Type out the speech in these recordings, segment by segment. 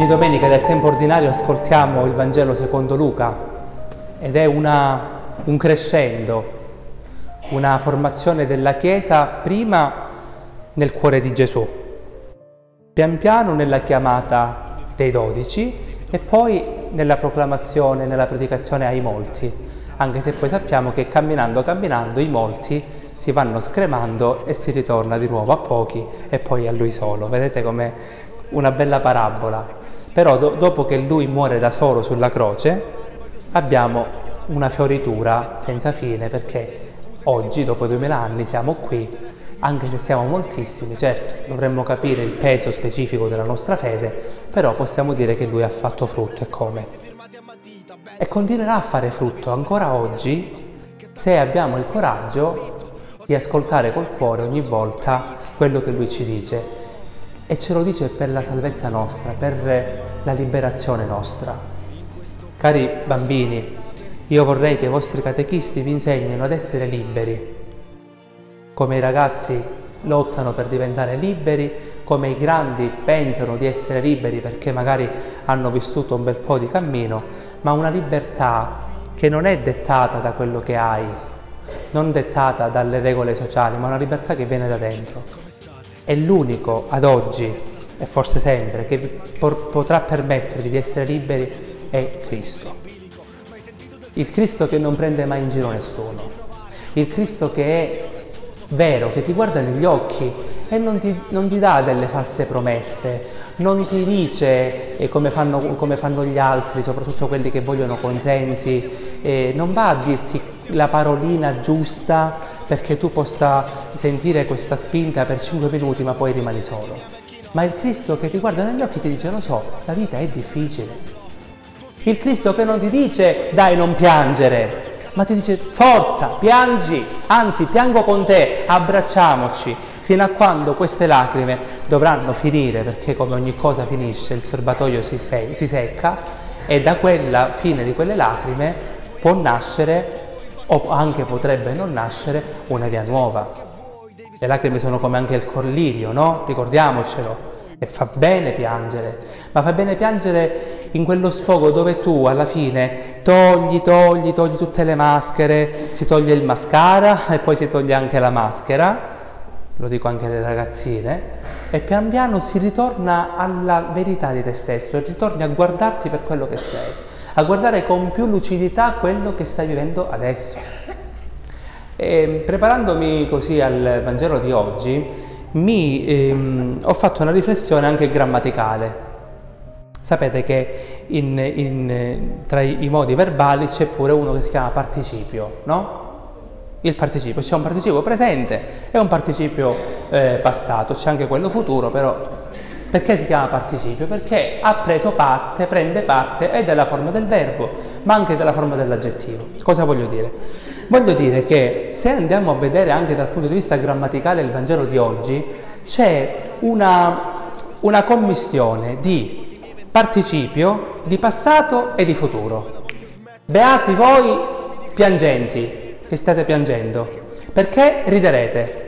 Ogni domenica del tempo ordinario ascoltiamo il Vangelo secondo Luca ed è un crescendo, una formazione della Chiesa prima nel cuore di Gesù, pian piano nella chiamata dei 12 e poi nella proclamazione, nella predicazione ai molti, anche se poi sappiamo che camminando i molti si vanno scremando e si ritorna di nuovo a pochi e poi a lui solo. Vedete com'è una bella parabola. Però dopo che lui muore da solo sulla croce abbiamo una fioritura senza fine, perché oggi, dopo 2000 anni, siamo qui, anche se siamo moltissimi. Certo, dovremmo capire il peso specifico della nostra fede, però possiamo dire che lui ha fatto frutto, e come? E continuerà a fare frutto ancora oggi se abbiamo il coraggio di ascoltare col cuore ogni volta quello che lui ci dice, e ce lo dice per la salvezza nostra, per la liberazione nostra. Cari bambini, io vorrei che i vostri catechisti vi insegnino ad essere liberi, come i ragazzi lottano per diventare liberi, come i grandi pensano di essere liberi perché magari hanno vissuto un bel po' di cammino, ma una libertà che non è dettata da quello che hai, non dettata dalle regole sociali, ma una libertà che viene da dentro. È l'unico ad oggi, e forse sempre, che potrà permettervi di essere liberi è Cristo. Il Cristo che non prende mai in giro nessuno. Il Cristo che è vero, che ti guarda negli occhi e non ti dà delle false promesse, non ti dice come fanno gli altri, soprattutto quelli che vogliono consensi, non va a dirti la parolina giusta perché tu possa sentire questa spinta per 5 minuti ma poi rimani solo. Ma il Cristo che ti guarda negli occhi ti dice: lo so, la vita è difficile. Il Cristo che non ti dice dai non piangere, ma ti dice forza, piangi, anzi piango con te, abbracciamoci, fino a quando queste lacrime dovranno finire, perché come ogni cosa finisce il serbatoio si secca, e da quella fine di quelle lacrime può nascere, o anche potrebbe non nascere, una via nuova. Le lacrime sono come anche il collirio, no? Ricordiamocelo. E fa bene piangere, ma fa bene piangere in quello sfogo dove tu alla fine togli tutte le maschere, si toglie il mascara e poi si toglie anche la maschera, lo dico anche alle ragazzine, e pian piano si ritorna alla verità di te stesso e ritorni a guardarti per quello che sei, a guardare con più lucidità quello che stai vivendo adesso. E preparandomi così al Vangelo di oggi ho fatto una riflessione anche grammaticale. Sapete che tra i modi verbali c'è pure uno che si chiama participio, no? Il participio, c'è un participio presente e un participio passato, c'è anche quello futuro, però perché si chiama participio? Perché ha preso parte, prende parte e della forma del verbo, ma anche della forma dell'aggettivo. Cosa voglio dire? Voglio dire che se andiamo a vedere anche dal punto di vista grammaticale il Vangelo di oggi, c'è una commistione di participio, di passato e di futuro. Beati voi piangenti, che state piangendo, perché riderete.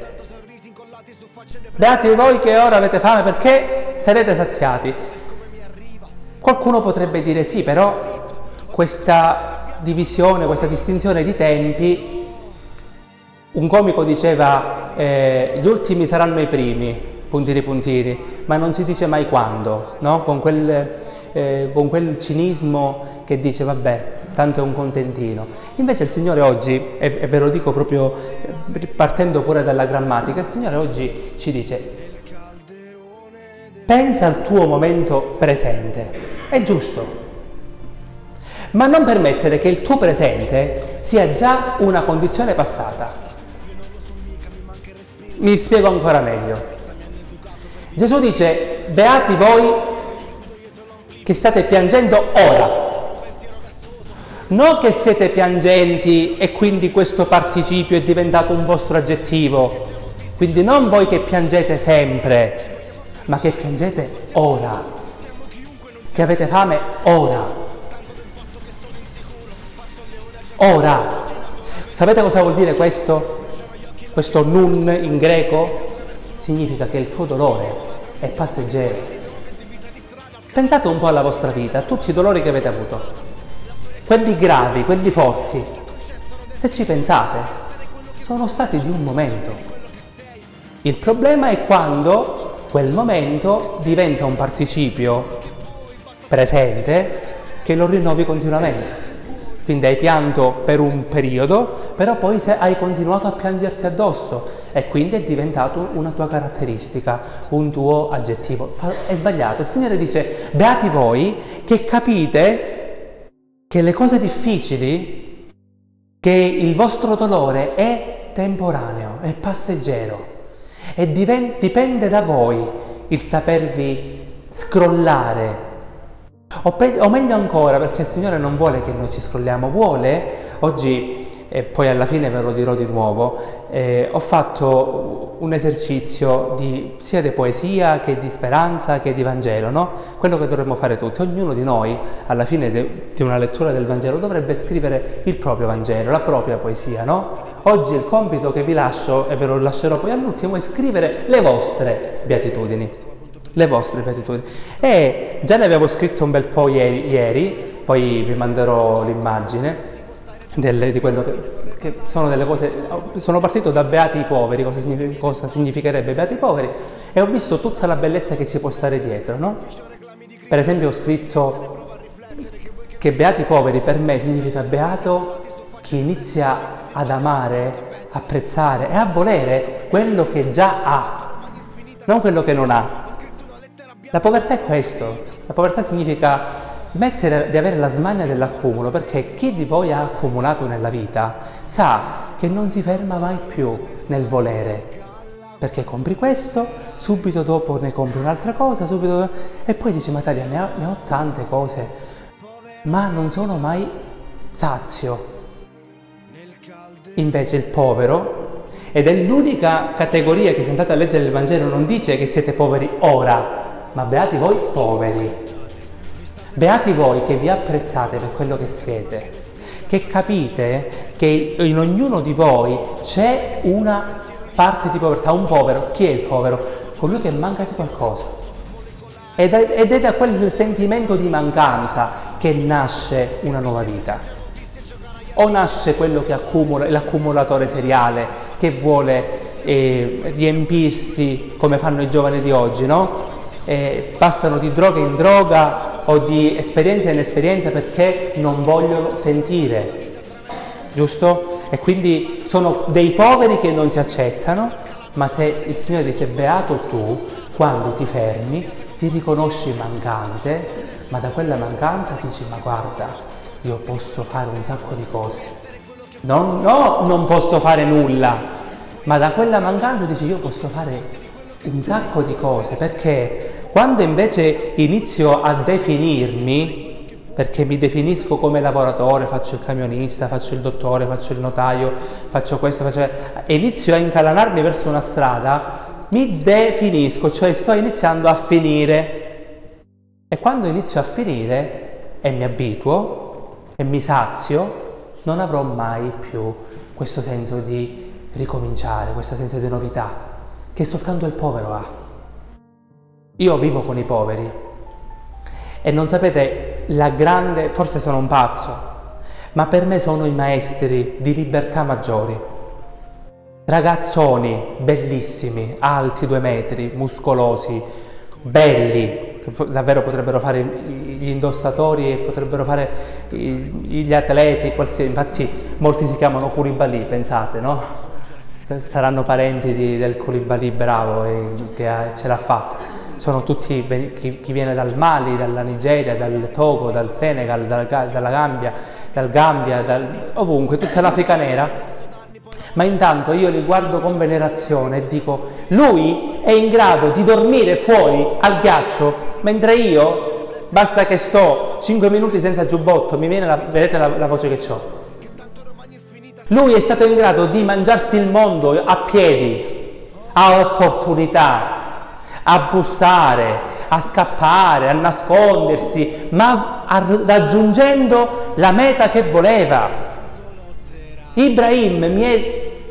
Beati voi che ora avete fame, perché sarete saziati. Qualcuno potrebbe dire sì, però questa divisione, questa distinzione di tempi, un comico diceva gli ultimi saranno i primi, puntini, ma non si dice mai quando, no? Con quel cinismo che dice vabbè, tanto è un contentino. Invece il Signore oggi, e ve lo dico proprio partendo pure dalla grammatica, il Signore oggi ci dice: pensa al tuo momento presente, è giusto, ma non permettere che il tuo presente sia già una condizione passata. Mi spiego ancora meglio. Gesù dice: beati voi che state piangendo ora. Non che siete piangenti e quindi questo participio è diventato un vostro aggettivo. Quindi non voi che piangete sempre, ma che piangete ora. Che avete fame ora. Ora. Sapete cosa vuol dire questo? Questo nun in greco? Significa che il tuo dolore è passeggero. Pensate un po' alla vostra vita, a tutti i dolori che avete avuto, quelli gravi, quelli forti. Se ci pensate, sono stati di un momento. Il problema è quando quel momento diventa un participio presente che lo rinnovi continuamente. Quindi hai pianto per un periodo, però poi hai continuato a piangerti addosso e quindi è diventato una tua caratteristica, un tuo aggettivo. È sbagliato. Il Signore dice: beati voi che capite che le cose difficili, che il vostro dolore è temporaneo, è passeggero e dipende da voi il sapervi scrollare. O meglio ancora, perché il Signore non vuole che noi ci scrolliamo, vuole, oggi, e poi alla fine ve lo dirò di nuovo, ho fatto un esercizio sia di poesia che di speranza che di Vangelo, no? Quello che dovremmo fare tutti, ognuno di noi alla fine di una lettura del Vangelo dovrebbe scrivere il proprio Vangelo, la propria poesia, no? Oggi il compito che vi lascio, e ve lo lascerò poi all'ultimo, è scrivere le vostre beatitudini. Le vostre beatitudini. E già ne avevo scritto un bel po' ieri, poi vi manderò l'immagine di quello che sono delle cose. Sono partito da beati i poveri, cosa significherebbe beati i poveri, e ho visto tutta la bellezza che ci può stare dietro, no? Per esempio ho scritto che beati i poveri per me significa beato chi inizia ad amare, apprezzare e a volere quello che già ha, non quello che non ha. La povertà è questo, la povertà significa smettere di avere la smania dell'accumulo, perché chi di voi ha accumulato nella vita sa che non si ferma mai più nel volere, perché compri questo, subito dopo ne compri un'altra cosa, e poi dici: ma Talia, ne ho tante cose, ma non sono mai sazio. Invece il povero, ed è l'unica categoria che, se andate a leggere il Vangelo, non dice che siete poveri ora, ma beati voi poveri, beati voi che vi apprezzate per quello che siete, che capite che in ognuno di voi c'è una parte di povertà. Un povero, chi è il povero? Colui che manca di qualcosa. Ed è da quel sentimento di mancanza che nasce una nuova vita. O nasce quello che accumula, l'accumulatore seriale, che vuole riempirsi, come fanno i giovani di oggi, no? Passano di droga in droga o di esperienza in esperienza perché non vogliono sentire, giusto? E quindi sono dei poveri che non si accettano, ma se il Signore dice: beato tu, quando ti fermi, ti riconosci mancante, ma da quella mancanza dici: ma guarda, io posso fare un sacco di cose, non posso fare nulla, ma da quella mancanza dici: io posso fare un sacco di cose. Perché quando invece inizio a definirmi, perché mi definisco come lavoratore, faccio il camionista, faccio il dottore, faccio il notaio, faccio questo, e inizio a incalanarmi verso una strada, mi definisco, cioè sto iniziando a finire. E quando inizio a finire e mi abituo e mi sazio, non avrò mai più questo senso di ricominciare, questo senso di novità, che soltanto il povero ha. Io vivo con i poveri e non sapete la grande, forse sono un pazzo, ma per me sono i maestri di libertà maggiori. Ragazzoni bellissimi, alti 2 metri, muscolosi, belli, che davvero potrebbero fare gli indossatori e potrebbero fare gli atleti, qualsiasi. Infatti molti si chiamano Koulibaly, pensate, no? Saranno parenti del Koulibaly bravo che ce l'ha fatta. Sono tutti chi viene dal Mali, dalla Nigeria, dal Togo, dal Senegal, dalla Gambia, ovunque, tutta l'Africa nera. Ma intanto io li guardo con venerazione e dico: lui è in grado di dormire fuori al ghiaccio, mentre io basta che sto 5 minuti senza giubbotto, mi viene vedete la voce che ho. Lui è stato in grado di mangiarsi il mondo a piedi, a opportunità, a bussare, a scappare, a nascondersi, ma raggiungendo la meta che voleva. Ibrahim mi è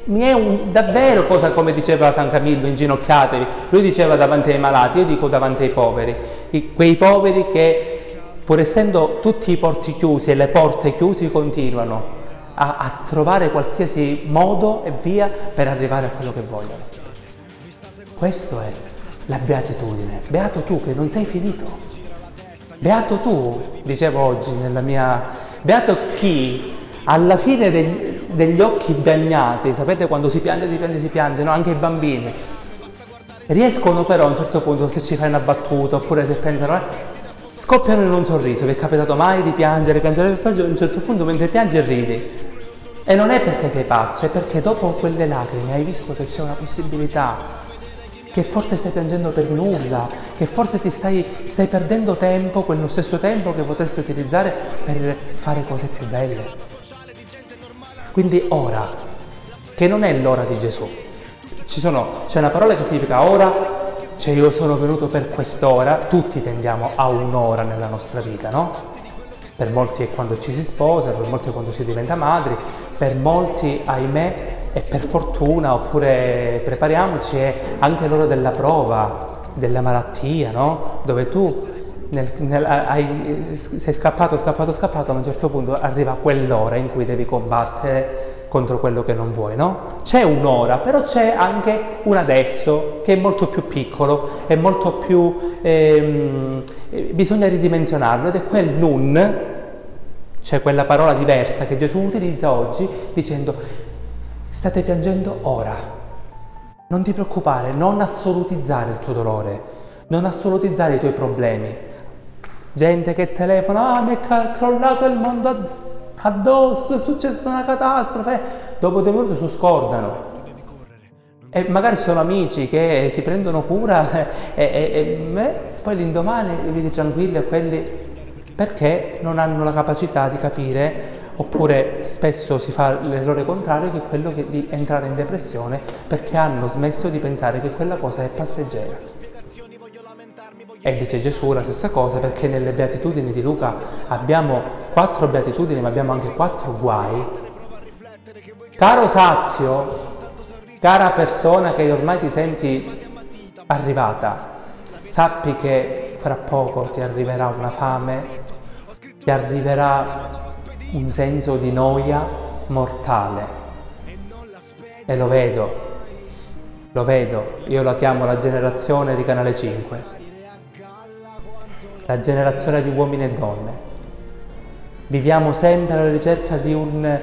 davvero cosa, come diceva San Camillo, inginocchiatevi. Lui diceva davanti ai malati, io dico davanti ai poveri, quei poveri che pur essendo tutti i porti chiusi e le porte chiusi continuano a trovare qualsiasi modo e via per arrivare a quello che vogliono. Questo è la beatitudine. Beato tu che non sei finito. Beato tu, dicevo oggi beato chi alla fine degli occhi bagnati, sapete quando si piange, no? Anche i bambini riescono però a un certo punto, se ci fai una battuta oppure se pensano, scoppiano in un sorriso. Vi è capitato mai di piangere e a un certo punto mentre piangi ridi? E non è perché sei pazzo, è perché dopo quelle lacrime hai visto che c'è una possibilità, che forse stai piangendo per nulla, che forse ti stai perdendo tempo, quello stesso tempo che potresti utilizzare per fare cose più belle. Quindi ora, che non è l'ora di Gesù. C'è una parola che significa ora, cioè io sono venuto per quest'ora, tutti tendiamo a un'ora nella nostra vita, no? Per molti è quando ci si sposa, per molti è quando si diventa madri, per molti, ahimè, e per fortuna, oppure prepariamoci, è anche l'ora della prova, della malattia, no? Dove tu sei scappato, a un certo punto arriva quell'ora in cui devi combattere contro quello che non vuoi, no? C'è un'ora, però c'è anche un adesso che è molto più piccolo, è molto più... bisogna ridimensionarlo ed è quel nun, cioè quella parola diversa che Gesù utilizza oggi dicendo state piangendo ora, non ti preoccupare, non assolutizzare il tuo dolore, non assolutizzare i tuoi problemi. Gente che telefona, mi è crollato il mondo addosso, è successa una catastrofe, dopo 2 minuti si scordano. E magari ci sono amici che si prendono cura poi l'indomani li vedi tranquilli a quelli perché non hanno la capacità di capire, oppure spesso si fa l'errore contrario che è quello di entrare in depressione perché hanno smesso di pensare che quella cosa è passeggera. E dice Gesù la stessa cosa, perché nelle beatitudini di Luca abbiamo 4 beatitudini ma abbiamo anche 4 guai. Caro sazio, cara persona che ormai ti senti arrivata, sappi che fra poco ti arriverà una fame, ti arriverà un senso di noia mortale. E lo vedo, io la chiamo la generazione di Canale 5. La generazione di uomini e donne. Viviamo sempre alla ricerca di un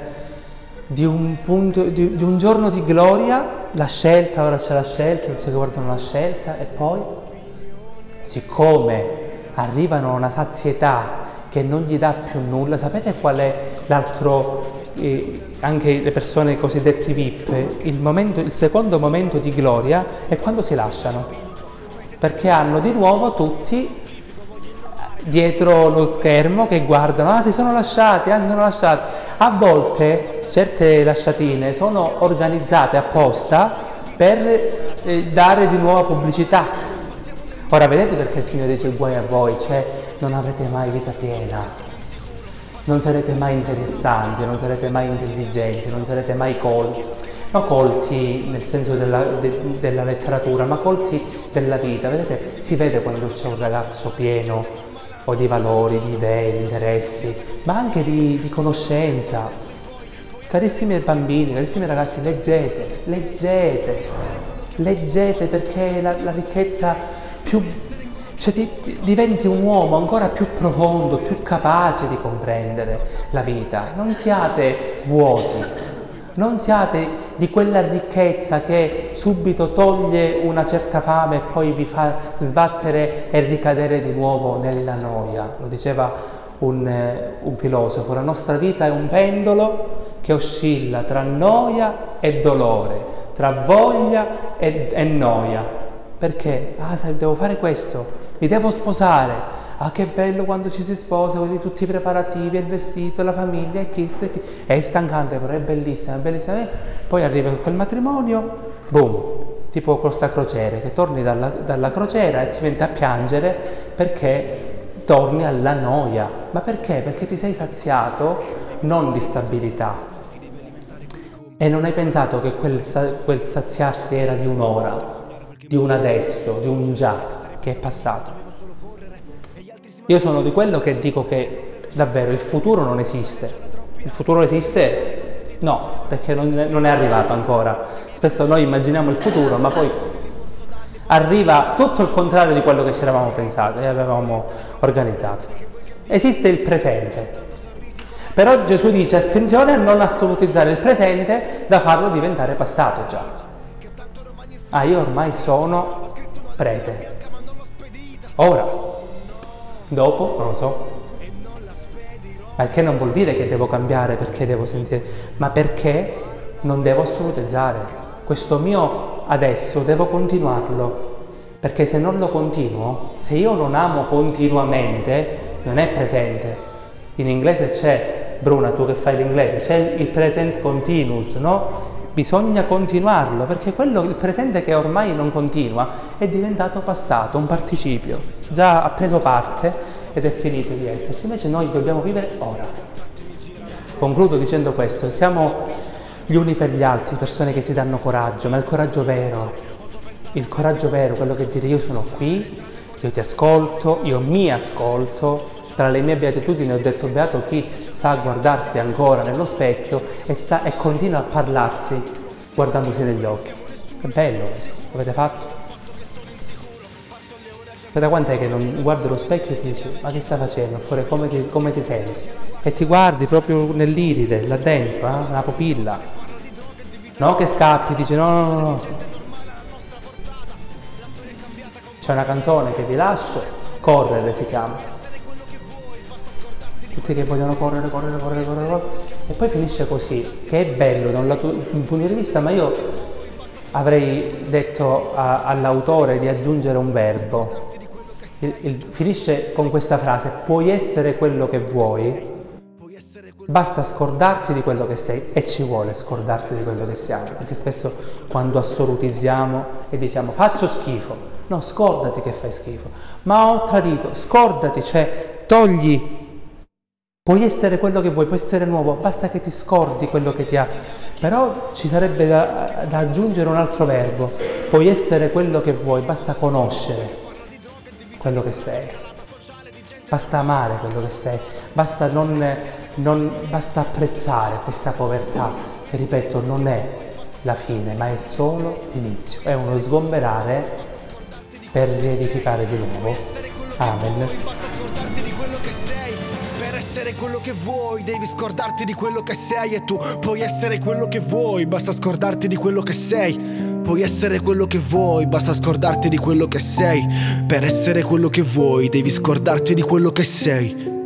giorno di gloria, la scelta, ora c'è la scelta, non si guardano la scelta e poi, siccome arrivano a una sazietà che non gli dà più nulla, sapete qual è l'altro, anche le persone cosiddetti VIP, il secondo momento di gloria è quando si lasciano, perché hanno di nuovo tutti dietro lo schermo che guardano, si sono lasciati. A volte certe lasciatine sono organizzate apposta per dare di nuovo pubblicità. Ora vedete perché il Signore dice guai a voi, cioè non avrete mai vita piena, non sarete mai interessanti, non sarete mai intelligenti, non sarete mai colti, non colti nel senso della letteratura, ma colti della vita. Vedete, si vede quando c'è un ragazzo pieno o di valori, di idee, di interessi, ma anche di conoscenza. Carissimi bambini, carissimi ragazzi, leggete perché la ricchezza cioè diventi un uomo ancora più profondo, più capace di comprendere la vita. Non siate vuoti, non siate di quella ricchezza che subito toglie una certa fame e poi vi fa sbattere e ricadere di nuovo nella noia. Lo diceva un filosofo, la nostra vita è un pendolo che oscilla tra noia e dolore, tra voglia e noia. Perché? Devo fare questo, mi devo sposare. Che bello quando ci si sposa, tutti i preparativi, il vestito, la famiglia, e chissà. È stancante, però è bellissima. Poi arriva quel matrimonio, boom, tipo Costa Crociere, che torni dalla crociera e ti metti a piangere perché torni alla noia. Ma perché? Perché ti sei saziato non di stabilità, E non hai pensato che quel saziarsi era di un'ora, di un adesso, di un già che è passato. Io sono di quello che dico che davvero il futuro non esiste. Il futuro esiste? No, perché non è arrivato ancora. Spesso noi immaginiamo il futuro, ma poi arriva tutto il contrario di quello che ci eravamo pensato e avevamo organizzato. Esiste il presente. Però Gesù dice attenzione a non assolutizzare il presente da farlo diventare passato già. Ah, io ormai sono prete. Ora, dopo, non lo so. Perché non vuol dire che devo cambiare, perché devo sentire, ma perché non devo assolutizzare. Questo mio adesso devo continuarlo, perché se non lo continuo, se io non amo continuamente, non è presente. In inglese c'è, Bruna, tu che fai l'inglese, c'è il present continuous, no? Bisogna continuarlo, perché il presente che ormai non continua è diventato passato, un participio, già ha preso parte ed è finito di esserci. Invece noi dobbiamo vivere ora. Concludo dicendo questo, siamo gli uni per gli altri, persone che si danno coraggio, ma il coraggio vero, quello che dire io sono qui, io ti ascolto, io mi ascolto. Tra le mie beatitudini ho detto beato chi sa guardarsi ancora nello specchio e continua a parlarsi guardandosi negli occhi. È bello questo, l'avete fatto? Ma da quant'è che non guardi lo specchio e ti dici ma che stai facendo? Oppure come ti senti? E ti guardi proprio nell'iride, là dentro, la pupilla. No che scappi, dici no. C'è una canzone che vi lascio, Correre si chiama. Tutti che vogliono correre, e poi finisce così, che è bello da un punto di vista, ma io avrei detto all'autore di aggiungere un verbo. Finisce con questa frase: puoi essere quello che vuoi, basta scordarti di quello che sei. E ci vuole scordarsi di quello che siamo, perché spesso quando assolutizziamo e diciamo faccio schifo, no, scordati che fai schifo, ma ho tradito, scordati, cioè togli. Puoi essere quello che vuoi, puoi essere nuovo, basta che ti scordi quello che ti ha. Però ci sarebbe da aggiungere un altro verbo. Puoi essere quello che vuoi, basta conoscere quello che sei. Basta amare quello che sei, basta basta apprezzare questa povertà, che ripeto non è la fine, ma è solo l'inizio. È uno sgomberare per riedificare di nuovo. Amen. Essere quello che vuoi, devi scordarti di quello che sei. E tu puoi essere quello che vuoi, basta scordarti di quello che sei. Puoi essere quello che vuoi, basta scordarti di quello che sei. Per essere quello che vuoi, devi scordarti di quello che sei.